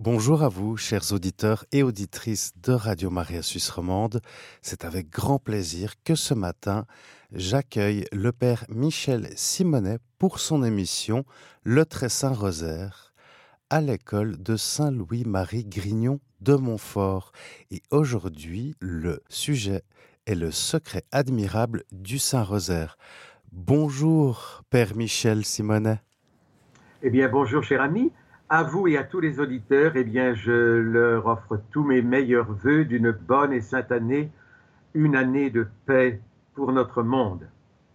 Bonjour à vous, chers auditeurs et auditrices de Radio Maria Suisse Romande. C'est avec grand plaisir que ce matin, j'accueille le Père Michel Simonet pour son émission Le Très Saint Rosaire à l'école de Saint-Louis-Marie Grignon de Montfort. Et aujourd'hui, le sujet est le secret admirable du Saint Rosaire. Bonjour, Père Michel Simonet. Eh bien, bonjour, cher ami. À vous et à tous les auditeurs, eh bien, je leur offre tous mes meilleurs vœux d'une bonne et sainte année, une année de paix pour notre monde.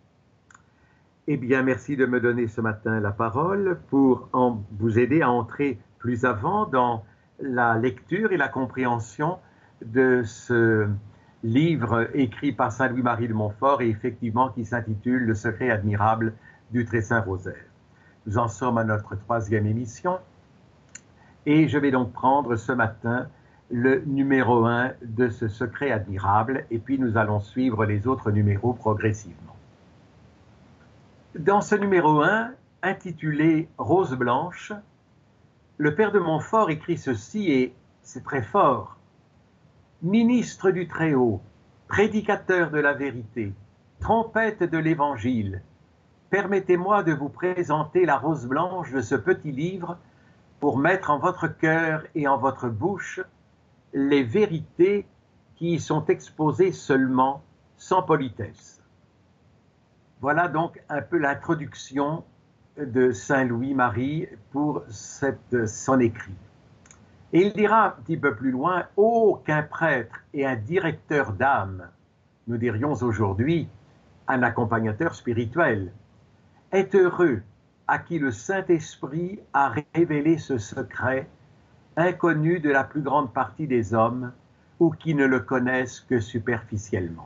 Eh bien, merci de me donner ce matin la parole pour vous aider à entrer plus avant dans la lecture et la compréhension de ce livre écrit par Saint Louis-Marie de Montfort et effectivement qui s'intitule Le secret admirable du Très Saint Rosaire. Nous en sommes à notre 3e émission et je vais donc prendre ce matin le numéro 1 de ce secret admirable et puis nous allons suivre les autres numéros progressivement. Dans ce numéro 1, intitulé Rose blanche, le Père de Montfort écrit ceci et c'est très fort. Ministre du Très-Haut, prédicateur de la vérité, trompette de l'Évangile, permettez-moi de vous présenter la rose blanche de ce petit livre pour mettre en votre cœur et en votre bouche les vérités qui y sont exposées seulement, sans politesse. Voilà donc un peu l'introduction de Saint Louis-Marie pour son écrit. Et il dira un petit peu plus loin, « Aucun prêtre et un directeur d'âme, nous dirions aujourd'hui un accompagnateur spirituel, est heureux à qui le Saint-Esprit a révélé ce secret inconnu de la plus grande partie des hommes ou qui ne le connaissent que superficiellement.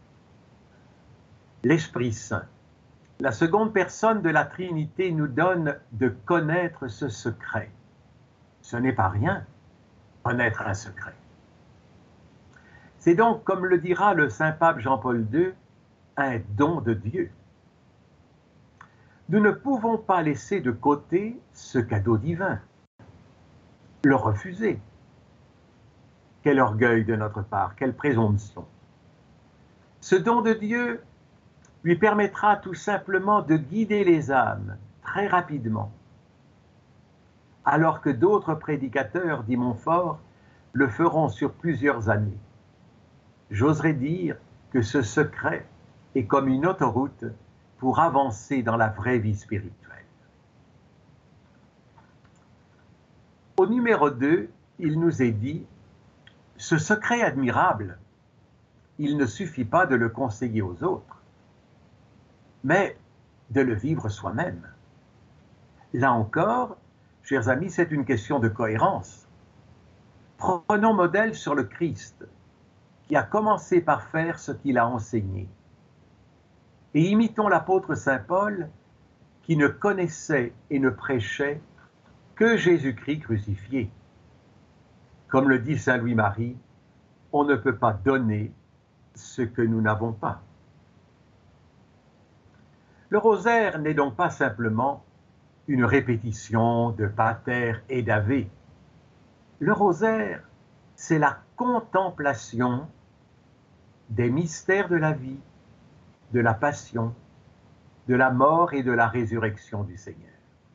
L'Esprit Saint, la seconde personne de la Trinité, nous donne de connaître ce secret. Ce n'est pas rien, connaître un secret. C'est donc, comme le dira le Saint-Pape Jean-Paul II, un don de Dieu. Nous ne pouvons pas laisser de côté ce cadeau divin, le refuser. Quel orgueil de notre part, quelle présomption. Ce don de Dieu lui permettra tout simplement de guider les âmes très rapidement, alors que d'autres prédicateurs, dit Montfort, le feront sur plusieurs années. J'oserais dire que ce secret est comme une autoroute pour avancer dans la vraie vie spirituelle. Au numéro 2, il nous est dit, ce secret admirable, il ne suffit pas de le conseiller aux autres, mais de le vivre soi-même. Là encore, chers amis, c'est une question de cohérence. Prenons modèle sur le Christ, qui a commencé par faire ce qu'il a enseigné. Et imitons l'apôtre Saint Paul, qui ne connaissait et ne prêchait que Jésus-Christ crucifié. Comme le dit Saint Louis-Marie, on ne peut pas donner ce que nous n'avons pas. Le rosaire n'est donc pas simplement une répétition de pater et d'ave. Le rosaire, c'est la contemplation des mystères de la vie, de la passion, de la mort et de la résurrection du Seigneur.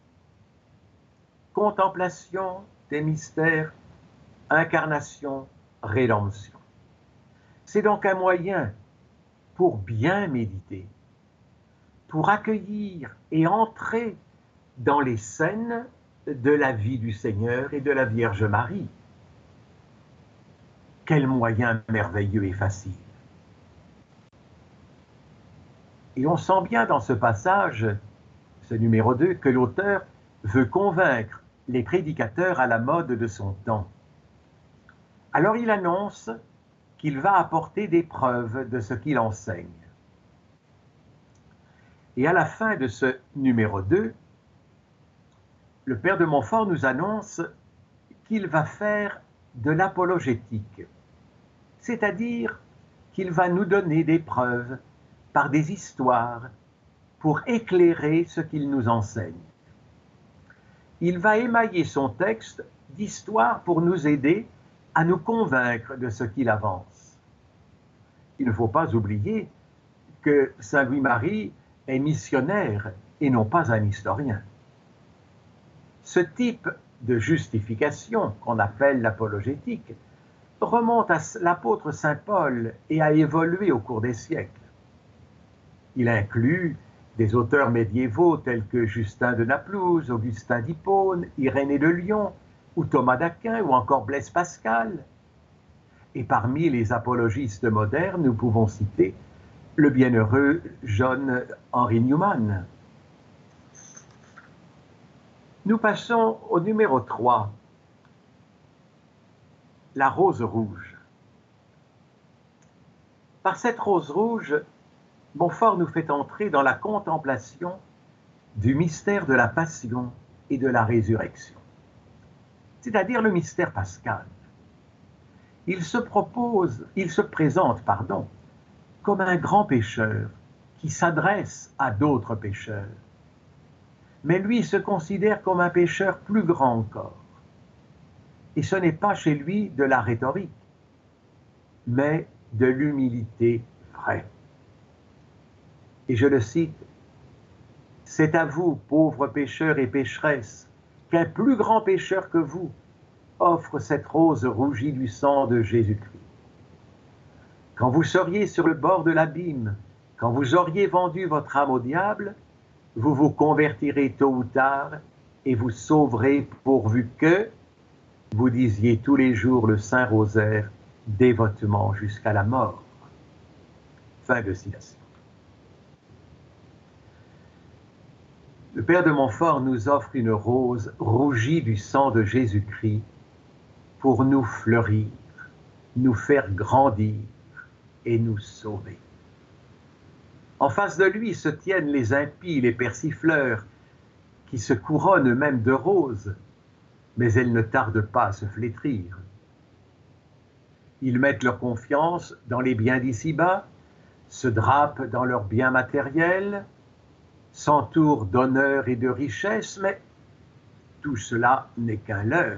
Contemplation des mystères, incarnation, rédemption. C'est donc un moyen pour bien méditer, pour accueillir et entrer dans les scènes de la vie du Seigneur et de la Vierge Marie. Quel moyen merveilleux et facile. Et on sent bien dans ce passage, ce numéro 2, que l'auteur veut convaincre les prédicateurs à la mode de son temps. Alors il annonce qu'il va apporter des preuves de ce qu'il enseigne. Et à la fin de ce numéro 2, le Père de Montfort nous annonce qu'il va faire de l'apologétique, c'est-à-dire qu'il va nous donner des preuves par des histoires pour éclairer ce qu'il nous enseigne. Il va émailler son texte d'histoire pour nous aider à nous convaincre de ce qu'il avance. Il ne faut pas oublier que Saint Louis-Marie est missionnaire et non pas un historien. Ce type de justification, qu'on appelle l'apologétique, remonte à l'apôtre Saint Paul et a évolué au cours des siècles. Il inclut des auteurs médiévaux tels que Justin de Naplouse, Augustin d'Hippone, Irénée de Lyon, ou Thomas d'Aquin, ou encore Blaise Pascal. Et parmi les apologistes modernes, nous pouvons citer le bienheureux John Henry Newman. Nous passons au numéro 3, la rose rouge. Par cette rose rouge, Montfort nous fait entrer dans la contemplation du mystère de la passion et de la résurrection, c'est-à-dire le mystère pascal. Il se présente, comme un grand pécheur qui s'adresse à d'autres pécheurs. Mais lui se considère comme un pécheur plus grand encore. Et ce n'est pas chez lui de la rhétorique, mais de l'humilité vraie. Et je le cite, « C'est à vous, pauvres pécheurs et pécheresses, qu'un plus grand pécheur que vous offre cette rose rougie du sang de Jésus-Christ. Quand vous seriez sur le bord de l'abîme, quand vous auriez vendu votre âme au diable, vous vous convertirez tôt ou tard et vous sauverez pourvu que vous disiez tous les jours le Saint Rosaire dévotement jusqu'à la mort. » Fin de citation. Le Père de Montfort nous offre une rose rougie du sang de Jésus-Christ pour nous fleurir, nous faire grandir et nous sauver. En face de lui se tiennent les impies, les persifleurs, qui se couronnent eux-mêmes de roses, mais elles ne tardent pas à se flétrir. Ils mettent leur confiance dans les biens d'ici-bas, se drapent dans leurs biens matériels, s'entourent d'honneur et de richesse, mais tout cela n'est qu'un leurre.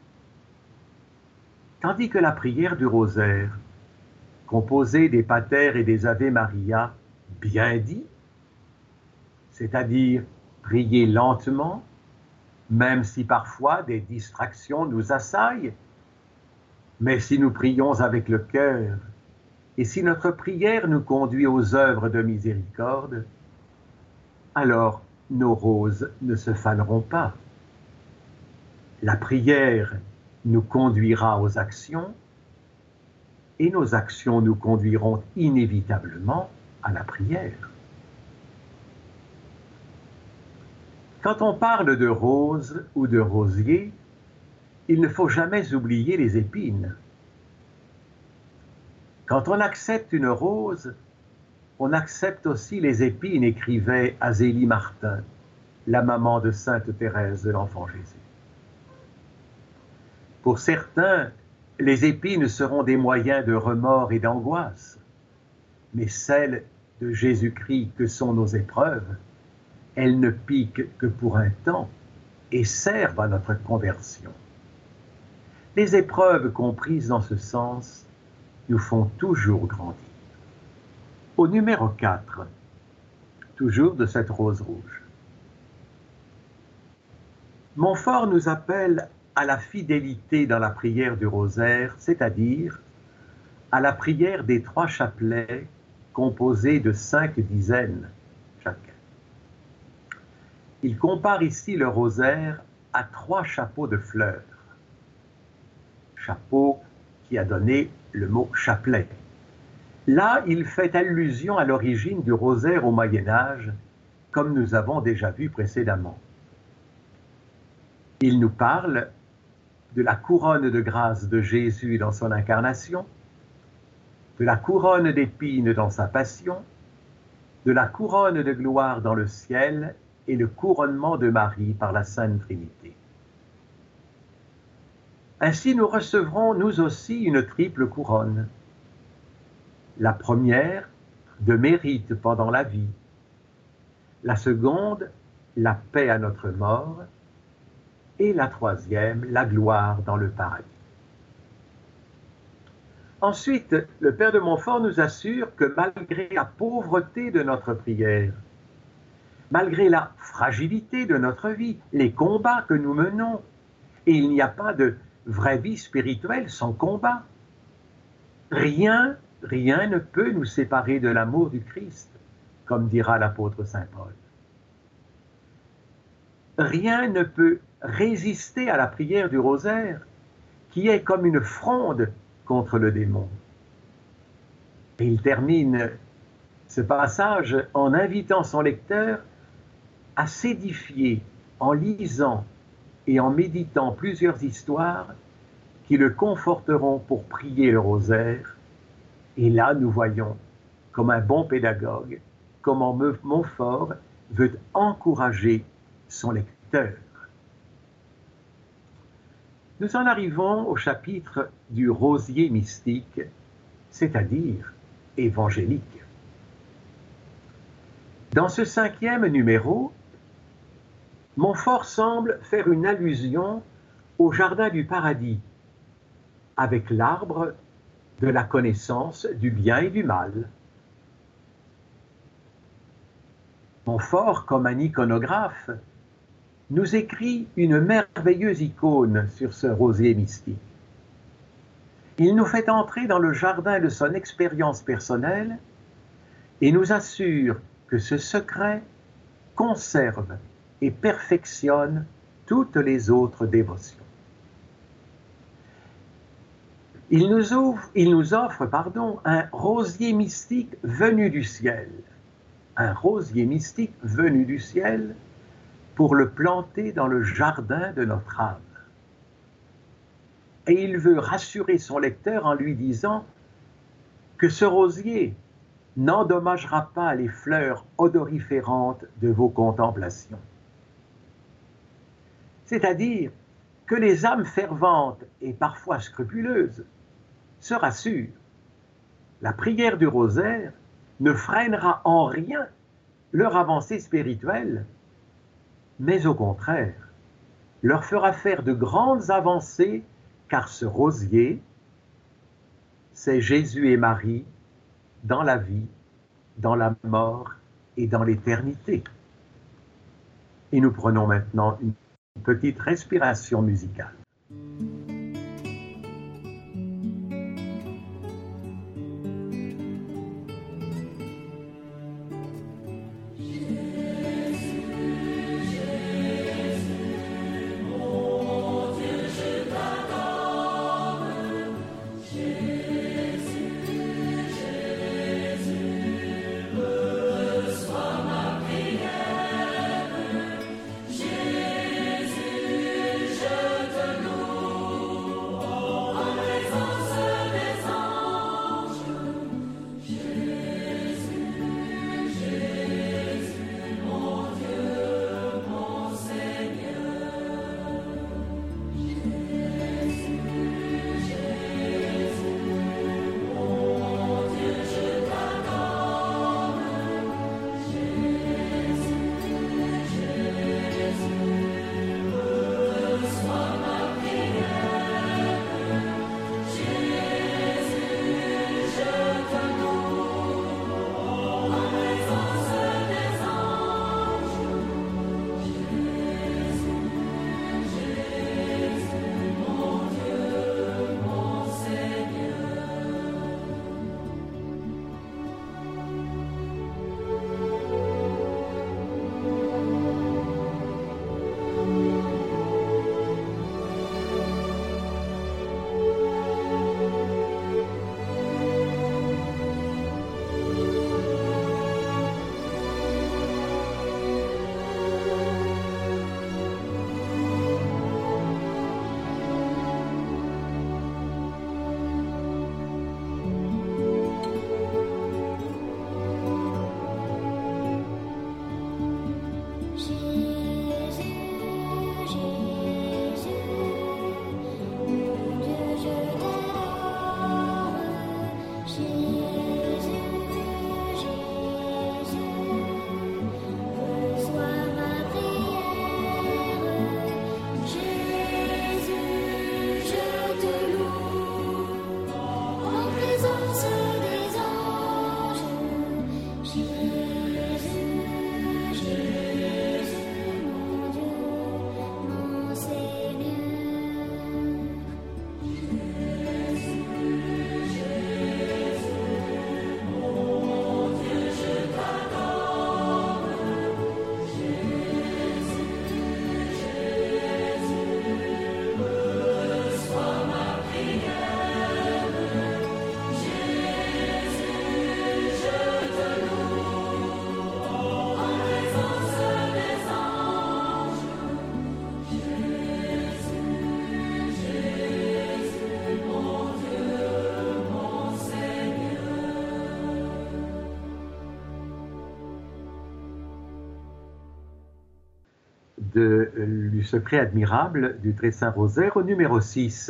Tandis que la prière du rosaire, composée des Pater et des Ave Maria, bien dit, c'est-à-dire prier lentement, même si parfois des distractions nous assaillent, mais si nous prions avec le cœur, et si notre prière nous conduit aux œuvres de miséricorde, alors nos roses ne se faneront pas. La prière nous conduira aux actions, et nos actions nous conduiront inévitablement à la prière. Quand on parle de rose ou de rosier, il ne faut jamais oublier les épines. Quand on accepte une rose, on accepte aussi les épines, écrivait Azélie Martin, la maman de Sainte Thérèse de l'Enfant Jésus. Pour certains, les épines seront des moyens de remords et d'angoisse, mais celles de Jésus-Christ que sont nos épreuves, elles ne piquent que pour un temps et servent à notre conversion. Les épreuves comprises dans ce sens nous font toujours grandir. Au numéro 4, toujours de cette rose rouge. Montfort nous appelle à la fidélité dans la prière du rosaire, c'est-à-dire à la prière des 3 chapelets composés de 5 dizaines chacun. Il compare ici le rosaire à 3 chapeaux de fleurs. Chapeau qui a donné le mot chapelet. Là, il fait allusion à l'origine du rosaire au Moyen-Âge, comme nous avons déjà vu précédemment. Il nous parle de la couronne de grâce de Jésus dans son incarnation, de la couronne d'épines dans sa passion, de la couronne de gloire dans le ciel et le couronnement de Marie par la Sainte Trinité. Ainsi, nous recevrons, nous aussi, une triple couronne. La première, de mérite pendant la vie. La seconde, la paix à notre mort. et la troisième, la gloire dans le paradis. Ensuite, le Père de Montfort nous assure que malgré la pauvreté de notre prière, malgré la fragilité de notre vie, les combats que nous menons, et il n'y a pas de vraie vie spirituelle sans combat, rien ne peut nous séparer de l'amour du Christ, comme dira l'apôtre Saint Paul. Rien ne peut résister à la prière du rosaire, qui est comme une fronde contre le démon. Et il termine ce passage en invitant son lecteur à s'édifier en lisant et en méditant plusieurs histoires qui le conforteront pour prier le rosaire. Et là, nous voyons, comme un bon pédagogue, comment Montfort veut encourager son lecteur. Nous en arrivons au chapitre du rosier mystique, c'est-à-dire évangélique. Dans ce 5e numéro, Montfort semble faire une allusion au jardin du paradis, avec l'arbre de la connaissance du bien et du mal. Montfort, comme un iconographe, nous écrit une merveilleuse icône sur ce rosier mystique. Il nous fait entrer dans le jardin de son expérience personnelle et nous assure que ce secret conserve et perfectionne toutes les autres dévotions. Il nous offre un rosier mystique venu du ciel. Un rosier mystique venu du ciel pour le planter dans le jardin de notre âme. Et il veut rassurer son lecteur en lui disant que ce rosier n'endommagera pas les fleurs odoriférantes de vos contemplations. C'est-à-dire que les âmes ferventes et parfois scrupuleuses se rassurent. La prière du rosaire ne freinera en rien leur avancée spirituelle, mais au contraire, leur fera faire de grandes avancées, car ce rosier, c'est Jésus et Marie dans la vie, dans la mort et dans l'éternité. Et nous prenons maintenant une petite respiration musicale. du secret admirable du Très Saint Rosaire au numéro 6.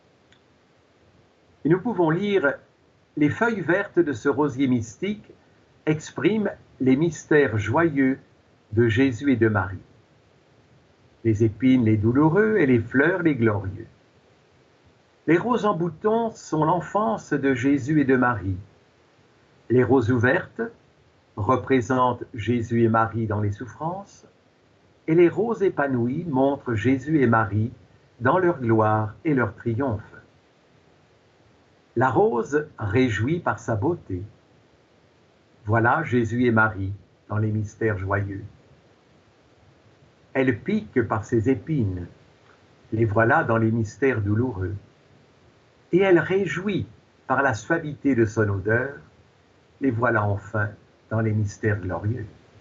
Et nous pouvons lire: les feuilles vertes de ce rosier mystique expriment les mystères joyeux de Jésus et de Marie. Les épines, les douloureux, et les fleurs, les glorieux. Les roses en bouton sont l'enfance de Jésus et de Marie. Les roses ouvertes représentent Jésus et Marie dans les souffrances, et les roses épanouies montrent Jésus et Marie dans leur gloire et leur triomphe. La rose réjouit par sa beauté. Voilà Jésus et Marie dans les mystères joyeux. Elle pique par ses épines. Les voilà dans les mystères douloureux. Et elle réjouit par la suavité de son odeur. Les voilà enfin dans les mystères glorieux.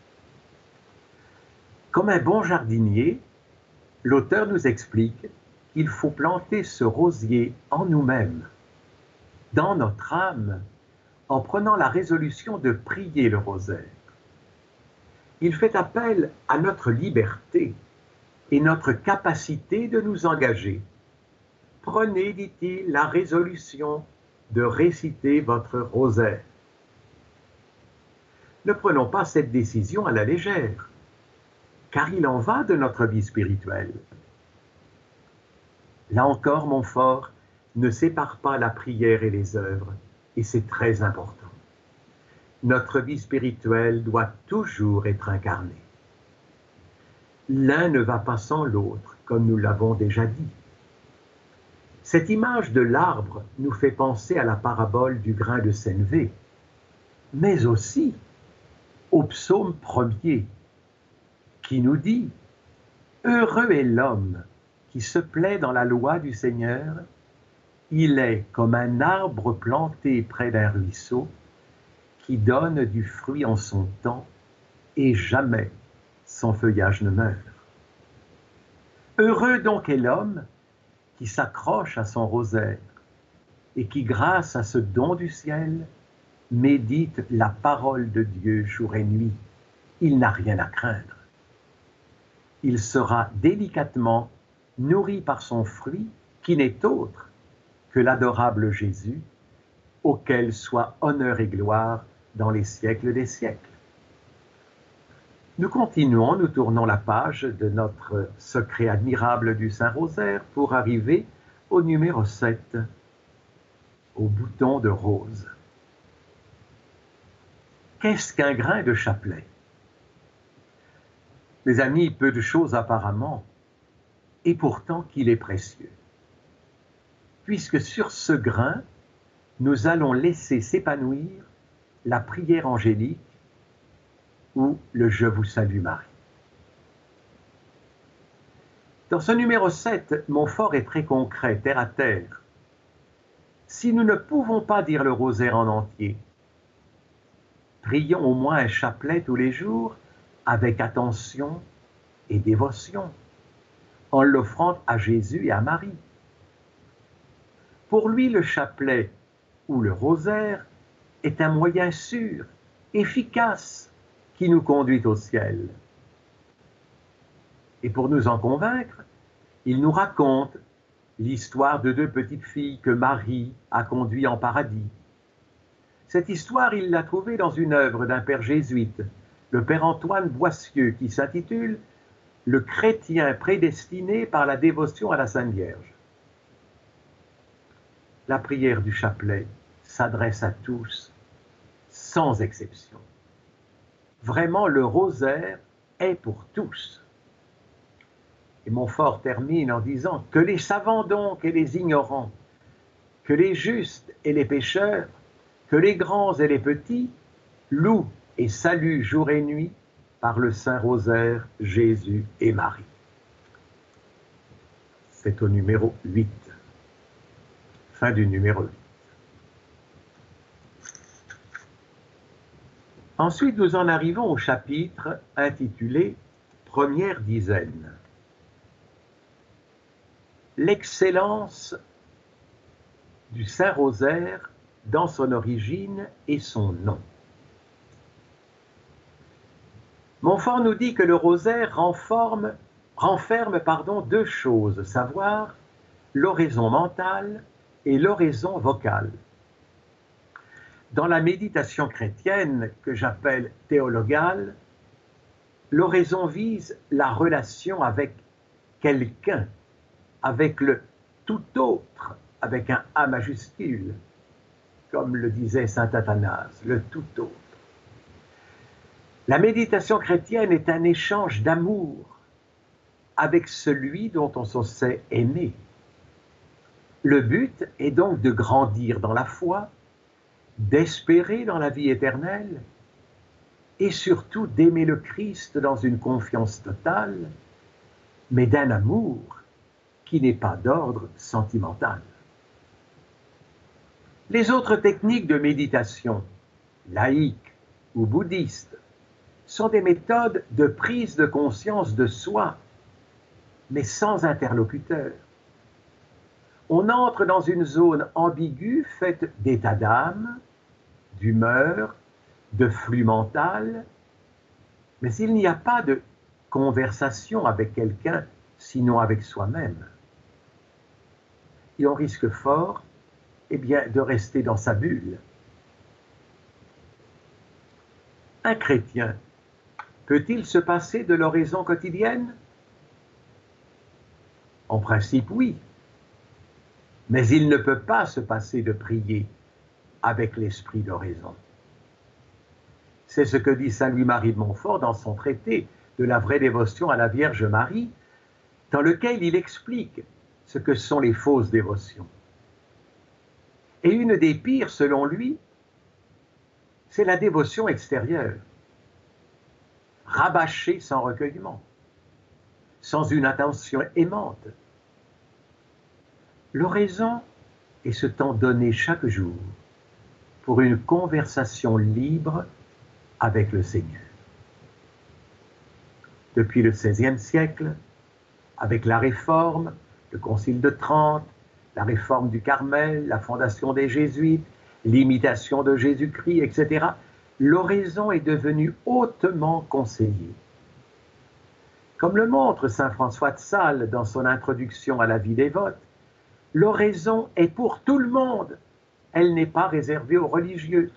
Comme un bon jardinier, l'auteur nous explique qu'il faut planter ce rosier en nous-mêmes, dans notre âme, en prenant la résolution de prier le rosaire. Il fait appel à notre liberté et notre capacité de nous engager. Prenez, dit-il, la résolution de réciter votre rosaire. Ne prenons pas cette décision à la légère, car il en va de notre vie spirituelle. Là encore, Montfort ne sépare pas la prière et les œuvres, et c'est très important. Notre vie spirituelle doit toujours être incarnée. L'un ne va pas sans l'autre, comme nous l'avons déjà dit. Cette image de l'arbre nous fait penser à la parabole du grain de sénévé, mais aussi au psaume 1er, qui nous dit « Heureux est l'homme qui se plaît dans la loi du Seigneur, il est comme un arbre planté près d'un ruisseau, qui donne du fruit en son temps, et jamais son feuillage ne meurt. » Heureux donc est l'homme qui s'accroche à son rosaire, et qui, grâce à ce don du ciel, médite la parole de Dieu jour et nuit. Il n'a rien à craindre. Il sera délicatement nourri par son fruit, qui n'est autre que l'adorable Jésus, auquel soit honneur et gloire dans les siècles des siècles. Nous continuons, nous tournons la page de notre secret admirable du Saint-Rosaire pour arriver au numéro 7, au bouton de rose. Qu'est-ce qu'un grain de chapelet? Mes amis, peu de choses apparemment, et pourtant qu'il est précieux. Puisque sur ce grain, nous allons laisser s'épanouir la prière angélique ou le « Je vous salue Marie ». Dans ce numéro 7, Montfort est très concret, terre à terre. Si nous ne pouvons pas dire le rosaire en entier, prions au moins un chapelet tous les jours avec attention et dévotion, en l'offrant à Jésus et à Marie. Pour lui, le chapelet ou le rosaire est un moyen sûr, efficace, qui nous conduit au ciel. Et pour nous en convaincre, il nous raconte l'histoire de deux petites filles que Marie a conduites en paradis. Cette histoire, il l'a trouvée dans une œuvre d'un père jésuite, le père Antoine Boissieu, qui s'intitule « Le chrétien prédestiné par la dévotion à la Sainte Vierge ». La prière du chapelet s'adresse à tous, sans exception. Vraiment, le rosaire est pour tous. Et Montfort termine en disant « Que les savants donc et les ignorants, que les justes et les pécheurs, que les grands et les petits, louent et saluent jour et nuit par le Saint-Rosaire, Jésus et Marie. » C'est au numéro 8. Fin du numéro 8. Ensuite, nous en arrivons au chapitre intitulé « Première dizaine ». L'excellence du Saint-Rosaire dans son origine et son nom. Montfort nous dit que le rosaire rend forme renferme deux choses, savoir l'oraison mentale et l'oraison vocale. Dans la méditation chrétienne que j'appelle théologale, l'oraison vise la relation avec quelqu'un, avec le tout autre, avec un A majuscule, comme le disait saint Athanase, le tout autre. La méditation chrétienne est un échange d'amour avec celui dont on se sait aimer. Le but est donc de grandir dans la foi, d'espérer dans la vie éternelle et surtout d'aimer le Christ dans une confiance totale, mais d'un amour qui n'est pas d'ordre sentimental. Les autres techniques de méditation, laïques ou bouddhistes, sont des méthodes de prise de conscience de soi, mais sans interlocuteur. On entre dans une zone ambiguë faite d'état d'âme, d'humeur, de flux mental, mais il n'y a pas de conversation avec quelqu'un, sinon avec soi-même. Et on risque fort de rester dans sa bulle. Un chrétien peut-il se passer de l'oraison quotidienne? En principe, oui. Mais il ne peut pas se passer de prier avec l'esprit d'oraison. C'est ce que dit saint Louis-Marie de Montfort dans son traité de la vraie dévotion à la Vierge Marie, dans lequel il explique ce que sont les fausses dévotions. Et une des pires, selon lui, c'est la dévotion extérieure, rabâchée sans recueillement, sans une attention aimante. L'oraison est ce temps donné chaque jour pour une conversation libre avec le Seigneur. Depuis le XVIe siècle, avec la Réforme, le Concile de Trente, la Réforme du Carmel, la fondation des Jésuites, l'imitation de Jésus-Christ, etc., l'oraison est devenue hautement conseillée. Comme le montre saint François de Sales dans son introduction à la vie dévote, l'oraison est pour tout le monde, elle n'est pas réservée aux religieux.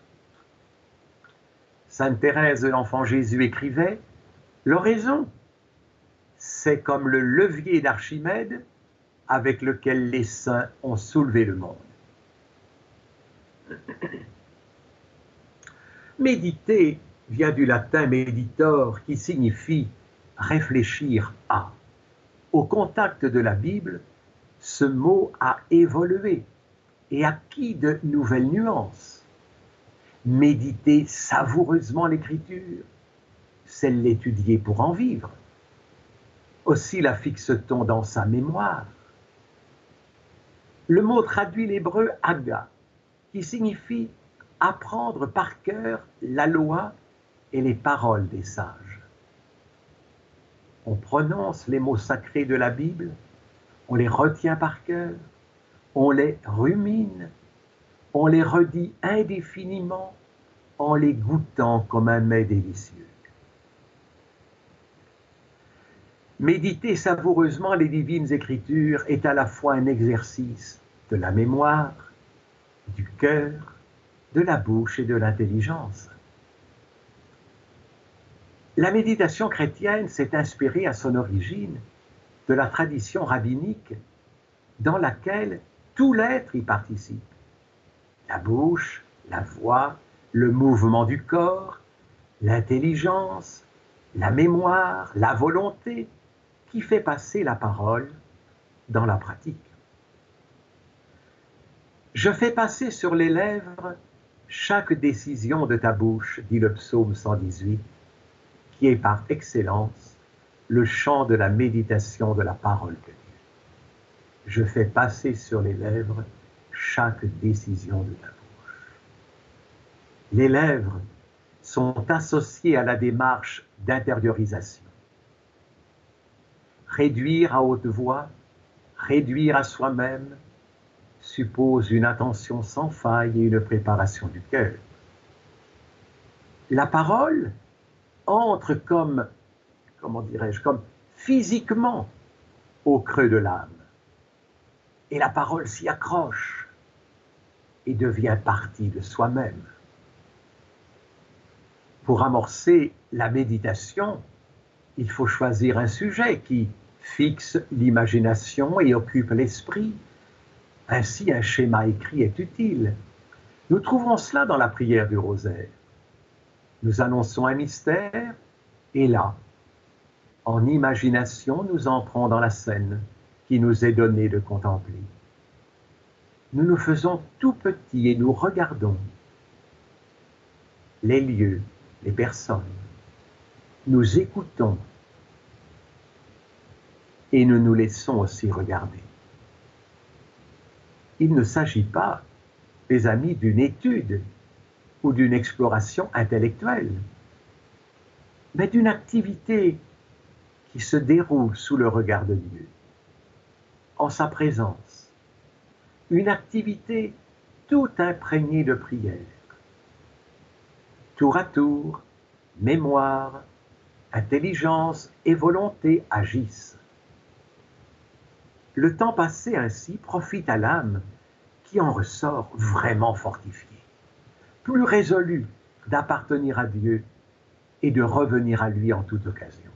Sainte Thérèse de l'Enfant Jésus écrivait « L'oraison, c'est comme le levier d'Archimède avec lequel les saints ont soulevé le monde. » Méditer vient du latin meditor, qui signifie réfléchir à. Au contact de la Bible, ce mot a évolué et acquis de nouvelles nuances. Méditer savoureusement l'écriture, c'est l'étudier pour en vivre. Aussi la fixe-t-on dans sa mémoire. Le mot traduit l'hébreu aga, qui signifie apprendre par cœur la loi et les paroles des sages. On prononce les mots sacrés de la Bible, on les retient par cœur, on les rumine, on les redit indéfiniment en les goûtant comme un mets délicieux. Méditer savoureusement les divines écritures est à la fois un exercice de la mémoire, du cœur, de la bouche et de l'intelligence. La méditation chrétienne s'est inspirée à son origine de la tradition rabbinique dans laquelle tout l'être y participe. La bouche, la voix, le mouvement du corps, l'intelligence, la mémoire, la volonté, qui fait passer la parole dans la pratique. Je fais passer sur les lèvres chaque décision de ta bouche, dit le psaume 118, qui est par excellence le chant de la méditation de la parole de Dieu. Je fais passer sur les lèvres chaque décision de ta bouche. Les lèvres sont associées à la démarche d'intériorisation. Réduire à haute voix, réduire à soi-même, suppose une attention sans faille et une préparation du cœur. La parole entre comme physiquement au creux de l'âme. Et la parole s'y accroche et devient partie de soi-même. Pour amorcer la méditation, il faut choisir un sujet qui fixe l'imagination et occupe l'esprit. Ainsi, un schéma écrit est utile. Nous trouvons cela dans la prière du rosaire. Nous annonçons un mystère et là, en imagination, nous entrons dans la scène qui nous est donnée de contempler. Nous nous faisons tout petits et nous regardons les lieux, les personnes. Nous écoutons et nous nous laissons aussi regarder. Il ne s'agit pas, mes amis, d'une étude ou d'une exploration intellectuelle, mais d'une activité qui se déroule sous le regard de Dieu, en sa présence. Une activité tout imprégnée de prière. Tour à tour, mémoire, intelligence et volonté agissent. Le temps passé ainsi profite à l'âme qui en ressort vraiment fortifiée, plus résolue d'appartenir à Dieu et de revenir à lui en toute occasion.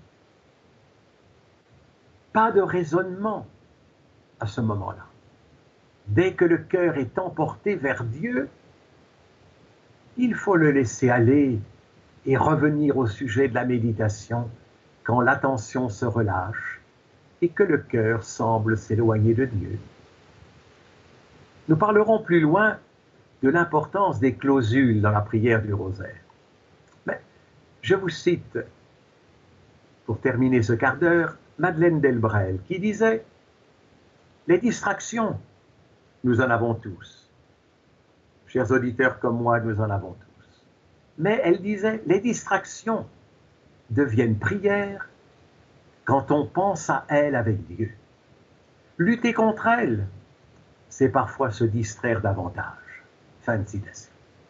Pas de raisonnement à ce moment-là. Dès que le cœur est emporté vers Dieu, il faut le laisser aller et revenir au sujet de la méditation quand l'attention se relâche et que le cœur semble s'éloigner de Dieu. Nous parlerons plus loin de l'importance des clausules dans la prière du rosaire. Mais je vous cite, pour terminer ce quart d'heure, Madeleine Delbrel qui disait « Les distractions, nous en avons tous. Chers auditeurs comme moi, nous en avons tous. Mais elle disait « Les distractions deviennent prières quand on pense à elles avec Dieu. Lutter contre elles, c'est parfois se distraire davantage. » Fin de citation.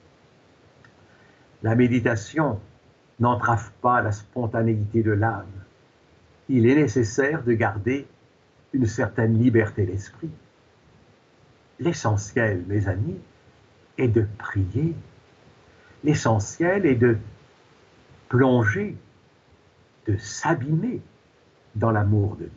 La méditation n'entrave pas la spontanéité de l'âme. Il est nécessaire de garder une certaine liberté d'esprit. L'essentiel, mes amis, est de prier. L'essentiel est de plonger, de s'abîmer dans l'amour de Dieu.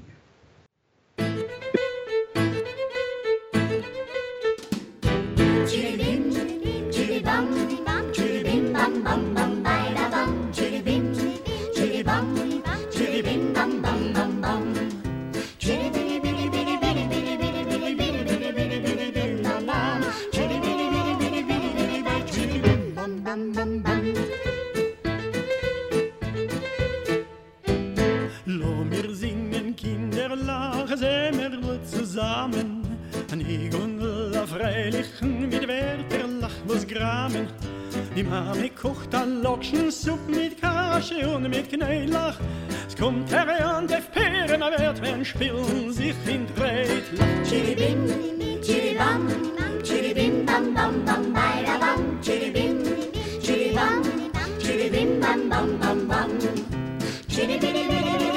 Die Mami kocht ein Lockschensupp mit Kasche und mit Knädlach. Es kommt heran, der Peren wird, wenn Spillen sich in Dreht. Chiribim, chiribam, chiribim, bam, bam, bam, baira, bam, chiribim, chiribam, chiribim, bam, bam, bam, bam. Chiribim,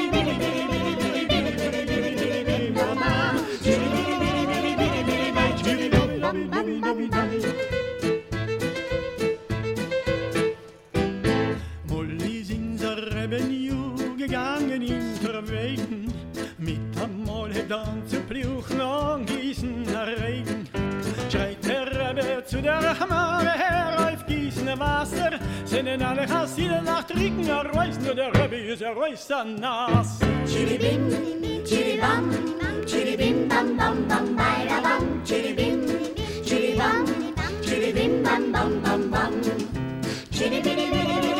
gegangen in Verwegen, mit einmal dann zu Pluchen angießen Regen. Schreit der Rebbe zu der Hamare her, aufgießen Wasser, sind alle Chassiden nach Trinken, reißt nur der Rebbe ist reißt nass. Chiribim, chiribam, chiribim, bam, bam, bam, baira, bam, chiribim, chiribam, chiribim, bam, bam, bam, bam. Chiribim,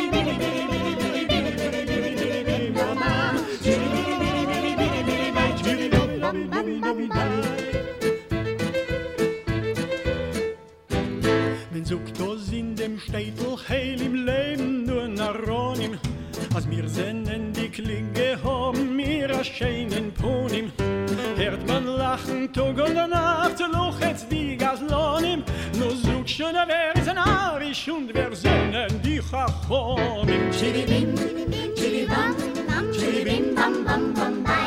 Man sucht uns in dem Städtel heil im Leben nur nach Ronim. Als wir senden die Klinge haben wir a schönen Ponim. Hört man lachen Tag und Nacht, lochet's die Gaslonim. Nur sucht schon wer ist ein Arisch und wer senden die Chachonim. chiribim, chiribam, chiribim, bam, bam, bam, bam.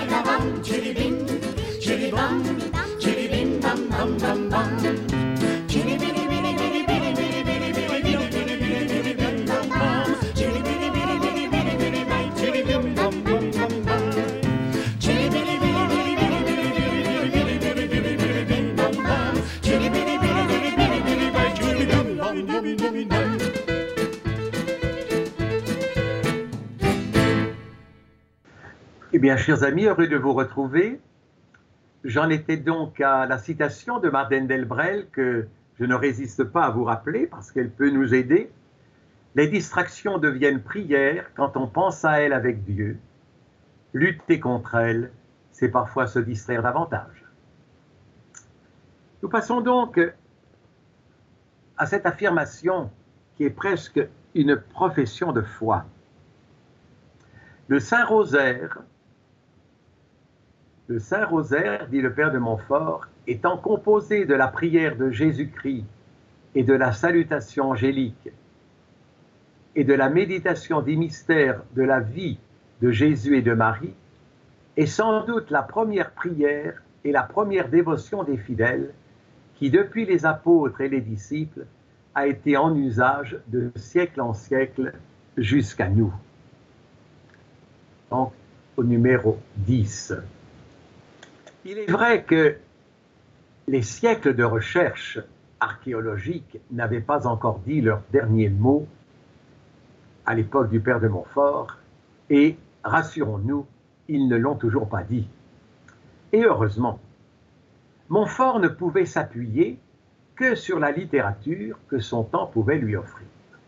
bien, chers amis, heureux de vous retrouver. J'en étais donc à la citation de Madeleine Delbrel que je ne résiste pas à vous rappeler parce qu'elle peut nous aider. Les distractions deviennent prières quand on pense à elles avec Dieu. Lutter contre elles, c'est parfois se distraire davantage. Nous passons donc à cette affirmation qui est presque une profession de foi. Le Saint-Rosaire, dit le Père de Montfort, étant composé de la prière de Jésus-Christ et de la salutation angélique et de la méditation des mystères de la vie de Jésus et de Marie, est sans doute la première prière et la première dévotion des fidèles qui, depuis les apôtres et les disciples, a été en usage de siècle en siècle jusqu'à nous. Donc, au numéro 10. Il est vrai que les siècles de recherche archéologique n'avaient pas encore dit leur dernier mot à l'époque du Père de Montfort, et rassurons-nous, ils ne l'ont toujours pas dit. Et heureusement, Montfort ne pouvait s'appuyer que sur la littérature que son temps pouvait lui offrir.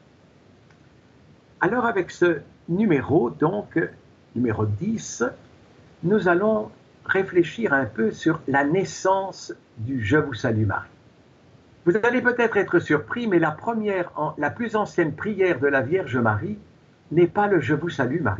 Alors avec ce numéro, donc, numéro 10, nous allons réfléchir un peu sur la naissance du « Je vous salue Marie ». Vous allez peut-être être surpris, mais la plus ancienne prière de la Vierge Marie n'est pas le « Je vous salue Marie ».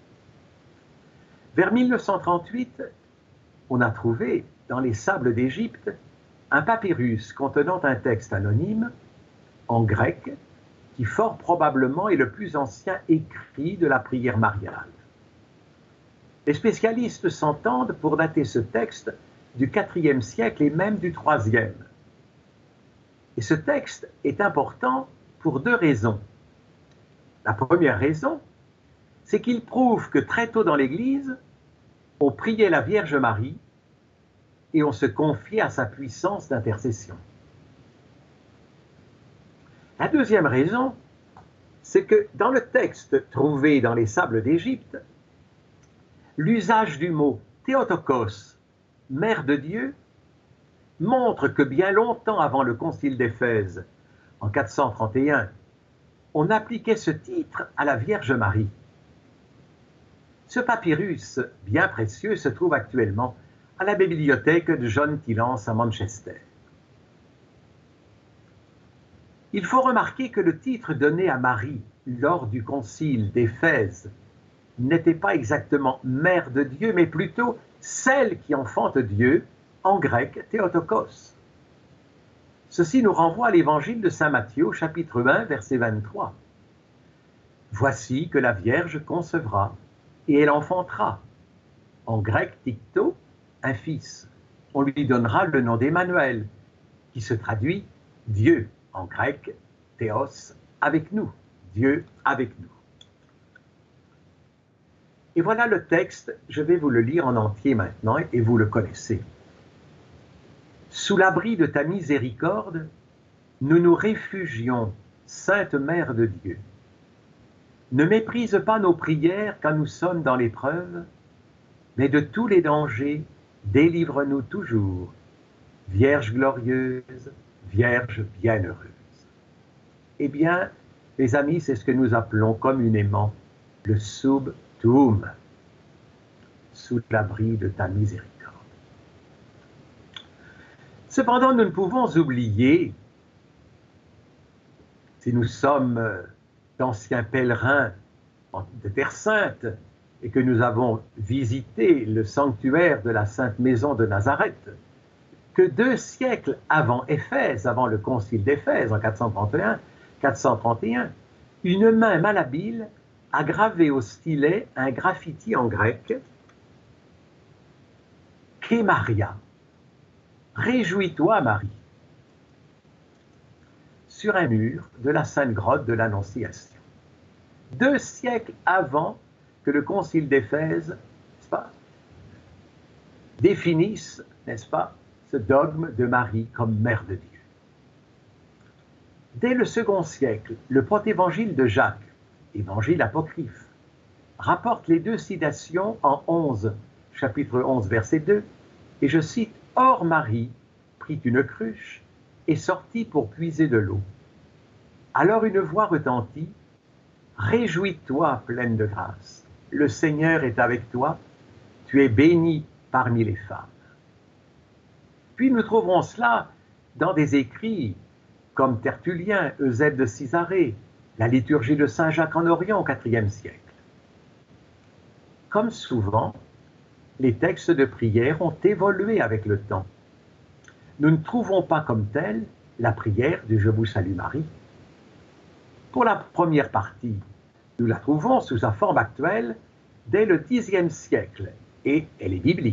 Vers 1938, on a trouvé dans les sables d'Égypte un papyrus contenant un texte anonyme en grec qui fort probablement est le plus ancien écrit de la prière mariale. Les spécialistes s'entendent pour dater ce texte du IVe siècle et même du IIIe. Et ce texte est important pour deux raisons. La première raison, c'est qu'il prouve que très tôt dans l'Église, on priait la Vierge Marie et on se confiait à sa puissance d'intercession. La deuxième raison, c'est que dans le texte trouvé dans les sables d'Égypte, l'usage du mot Théotokos, Mère de Dieu, montre que bien longtemps avant le Concile d'Éphèse, en 431, on appliquait ce titre à la Vierge Marie. Ce papyrus bien précieux se trouve actuellement à la bibliothèque de John Tillance à Manchester. Il faut remarquer que le titre donné à Marie lors du Concile d'Éphèse n'était pas exactement Mère de Dieu, mais plutôt celle qui enfante Dieu, en grec Théotokos. Ceci nous renvoie à l'évangile de saint Matthieu, chapitre 1, verset 23. « Voici que la Vierge concevra, et elle enfantera. » En grec, tikto, un fils. On lui donnera le nom d'Emmanuel, qui se traduit Dieu, en grec, théos, avec nous, Dieu avec nous. Et voilà le texte, je vais vous le lire en entier maintenant, et vous le connaissez. « Sous l'abri de ta miséricorde, nous nous réfugions, Sainte Mère de Dieu. Ne méprise pas nos prières quand nous sommes dans l'épreuve, mais de tous les dangers, délivre-nous toujours, Vierge glorieuse, Vierge bienheureuse. » Eh bien, les amis, c'est ce que nous appelons communément le sub tuum, sous l'abri de ta miséricorde. Cependant, nous ne pouvons oublier, si nous sommes d'anciens pèlerins de Terre Sainte et que nous avons visité le sanctuaire de la Sainte Maison de Nazareth, que 2 siècles avant Éphèse, avant le concile d'Éphèse en 431, une main malhabile a gravé au stylet un graffiti en grec « Che Maria », réjouis-toi Marie, sur un mur de la Sainte Grotte de l'Annonciation. 2 siècles avant que le concile d'Éphèse, n'est-ce pas, définisse, n'est-ce pas, ce dogme de Marie comme Mère de Dieu. Dès le 2e siècle, le protévangile de Jacques, évangile apocryphe, rapporte les deux citations en 11, chapitre 11, verset 2, et je cite « Or Marie prit une cruche et sortit pour puiser de l'eau. Alors une voix retentit « Réjouis-toi, pleine de grâce, le Seigneur est avec toi, tu es bénie parmi les femmes. » Puis nous trouverons cela dans des écrits comme Tertullien, Eusèbe de Césarée, la liturgie de Saint Jacques en Orient au IVe siècle. Comme souvent, les textes de prière ont évolué avec le temps. Nous ne trouvons pas comme telle la prière du « Je vous salue Marie ». Pour la première partie, nous la trouvons sous sa forme actuelle dès le Xe siècle, et elle est biblique.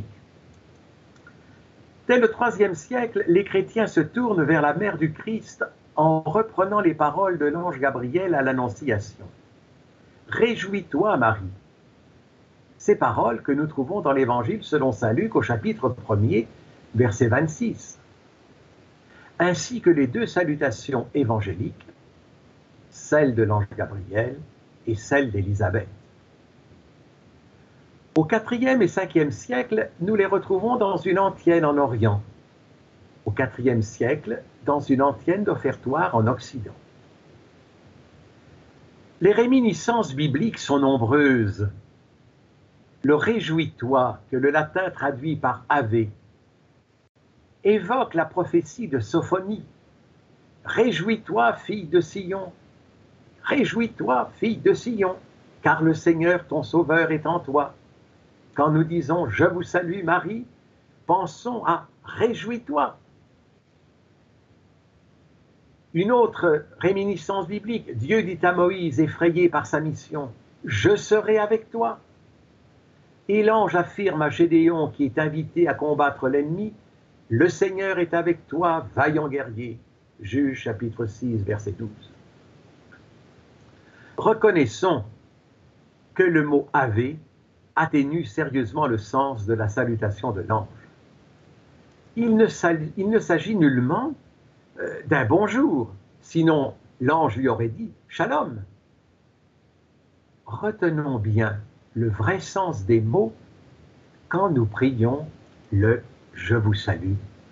Dès le IIIe siècle, les chrétiens se tournent vers la mère du Christ en reprenant les paroles de l'ange Gabriel à l'Annonciation. « Réjouis-toi, Marie ». Ces paroles que nous trouvons dans l'Évangile selon saint Luc au chapitre 1er, verset 26, ainsi que les deux salutations évangéliques, celle de l'ange Gabriel et celle d'Élisabeth. Au IVe et Ve siècle, nous les retrouvons dans une antienne en Orient. Au IVe siècle, dans une antienne d'offertoire en Occident. Les réminiscences bibliques sont nombreuses. Le « réjouis-toi » que le latin traduit par « ave » évoque la prophétie de Sophonie. « Réjouis-toi, fille de Sion ! Réjouis-toi, fille de Sion, car le Seigneur ton Sauveur est en toi. » Quand nous disons « Je vous salue Marie », pensons à « Réjouis-toi ». Une autre réminiscence biblique, Dieu dit à Moïse, effrayé par sa mission, « Je serai avec toi ». Et l'ange affirme à Gédéon, qui est invité à combattre l'ennemi, « Le Seigneur est avec toi, vaillant guerrier ». Juge chapitre 6, verset 12. Reconnaissons que le mot « ave » atténue sérieusement le sens de la salutation de l'ange. Il ne s'agit nullement d'un bonjour, sinon l'ange lui aurait dit « Shalom ». Retenons bien le vrai sens des mots quand nous prions le « Je vous salue Marie ».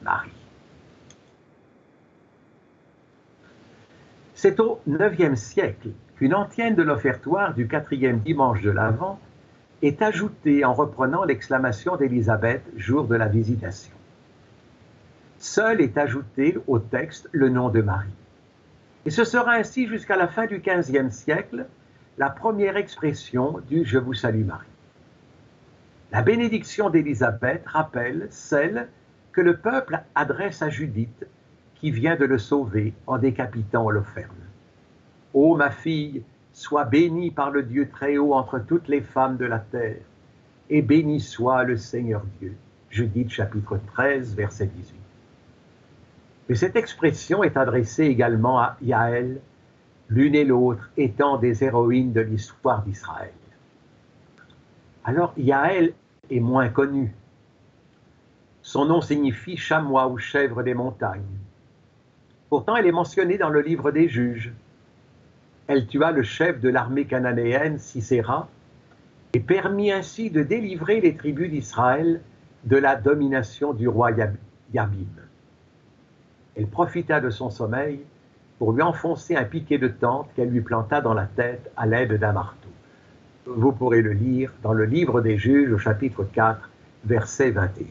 C'est au IXe siècle qu'une antienne de l'offertoire du 4e dimanche de l'Avent est ajoutée en reprenant l'exclamation d'Élisabeth jour de la visitation. Seul est ajouté au texte le nom de Marie. Et ce sera ainsi jusqu'à la fin du XVe siècle la première expression du « Je vous salue Marie ». La bénédiction d'Élisabeth rappelle celle que le peuple adresse à Judith, qui vient de le sauver en décapitant Holoferne. « Ô ma fille, sois bénie par le Dieu Très-Haut entre toutes les femmes de la terre, et béni soit le Seigneur Dieu. » Judith chapitre 13, verset 18. Mais cette expression est adressée également à Yaël, l'une et l'autre étant des héroïnes de l'histoire d'Israël. Alors Yaël est moins connue. Son nom signifie chamois ou chèvre des montagnes. Pourtant, elle est mentionnée dans le livre des Juges. Elle tua le chef de l'armée cananéenne, Sisera, et permit ainsi de délivrer les tribus d'Israël de la domination du roi Yabim. Elle profita de son sommeil pour lui enfoncer un piquet de tente qu'elle lui planta dans la tête à l'aide d'un marteau. Vous pourrez le lire dans le livre des Juges au chapitre 4, verset 21.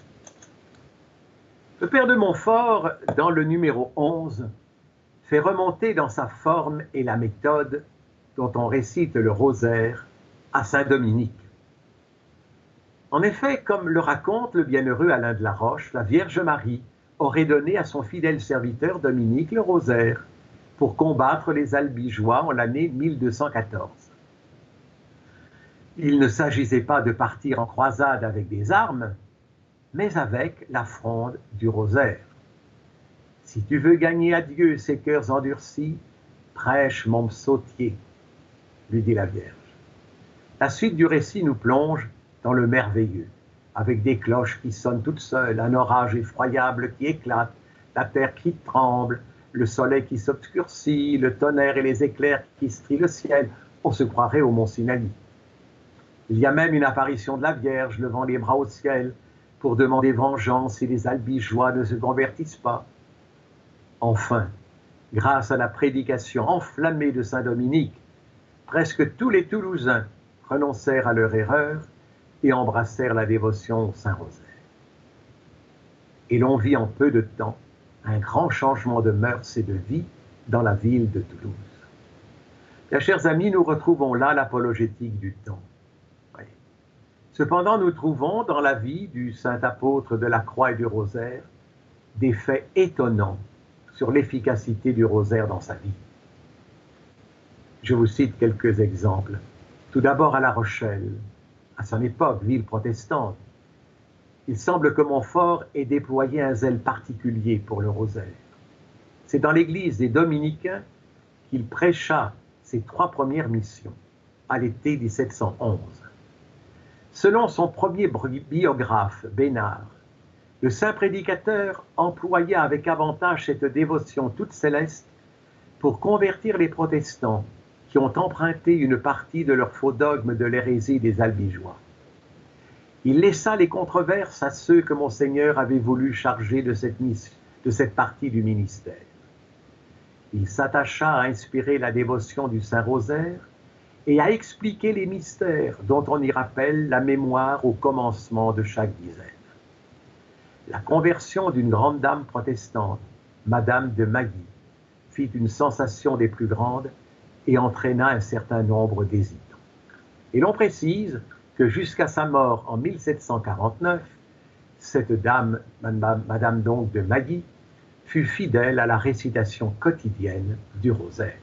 Le père de Montfort, dans le numéro 11, fait remonter dans sa forme et la méthode dont on récite le rosaire à Saint-Dominique. En effet, comme le raconte le bienheureux Alain de la Roche, la Vierge Marie aurait donné à son fidèle serviteur Dominique le rosaire pour combattre les Albigeois en l'année 1214. Il ne s'agissait pas de partir en croisade avec des armes, mais avec la fronde du rosaire. Si tu veux gagner à Dieu ces cœurs endurcis, prêche mon psautier, lui dit la Vierge. La suite du récit nous plonge dans le merveilleux, avec des cloches qui sonnent toutes seules, un orage effroyable qui éclate, la terre qui tremble, le soleil qui s'obscurcit, le tonnerre et les éclairs qui strient le ciel. On se croirait au mont Sinaï. Il y a même une apparition de la Vierge levant les bras au ciel pour demander vengeance si les albigeois ne se convertissent pas. Enfin, grâce à la prédication enflammée de saint Dominique, presque tous les Toulousains renoncèrent à leur erreur et embrassèrent la dévotion au Saint-Rosaire. Et l'on vit en peu de temps un grand changement de mœurs et de vie dans la ville de Toulouse. Bien, chers amis, nous retrouvons là l'apologétique du temps. Oui. Cependant, nous trouvons dans la vie du saint apôtre de la Croix et du Rosaire des faits étonnants sur l'efficacité du rosaire dans sa vie. Je vous cite quelques exemples. Tout d'abord à La Rochelle, à son époque, ville protestante, il semble que Montfort ait déployé un zèle particulier pour le rosaire. C'est dans l'église des Dominicains qu'il prêcha ses 3 premières missions, à l'été 1711. Selon son premier biographe, Bénard, le saint prédicateur employa avec avantage cette dévotion toute céleste pour convertir les protestants qui ont emprunté une partie de leur faux dogme de l'hérésie des albigeois. Il laissa les controverses à ceux que Monseigneur avait voulu charger de cette partie du ministère. Il s'attacha à inspirer la dévotion du Saint-Rosaire et à expliquer les mystères dont on y rappelle la mémoire au commencement de chaque dizaine. La conversion d'une grande dame protestante, Madame de Magui, fit une sensation des plus grandes et entraîna un certain nombre d'hésitants. Et l'on précise que jusqu'à sa mort en 1749, cette dame, Madame donc de Magui, fut fidèle à la récitation quotidienne du rosaire.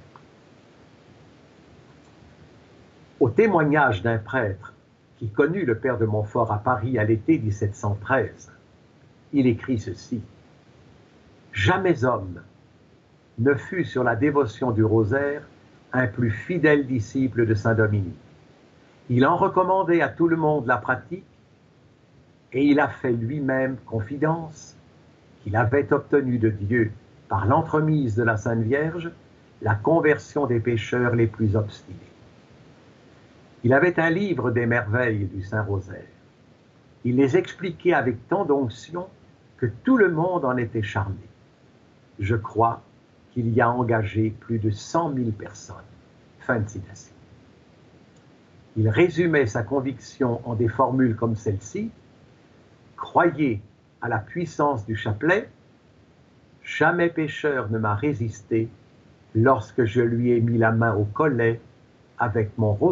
Au témoignage d'un prêtre qui connut le père de Montfort à Paris à l'été 1713, il écrit ceci: « Jamais homme ne fut sur la dévotion du rosaire un plus fidèle disciple de saint Dominique. Il en recommandait à tout le monde la pratique et il a fait lui-même confidence qu'il avait obtenu de Dieu, par l'entremise de la Sainte Vierge, la conversion des pécheurs les plus obstinés. Il avait un livre des merveilles du Saint-Rosaire. Il les expliquait avec tant d'onction que tout le monde en était charmé. Je crois qu'il y a engagé plus de 100 000 personnes. » Fin de citation. Il résumait sa conviction en des formules comme celle-ci: « Croyez à la puissance du chapelet, jamais pécheur ne m'a résisté lorsque je lui ai mis la main au collet avec mon rosaire. »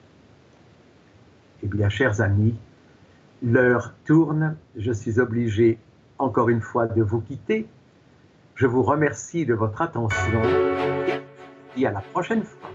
Eh bien, chers amis, l'heure tourne, je suis obligé encore une fois de vous quitter. Je vous remercie de votre attention et à la prochaine fois.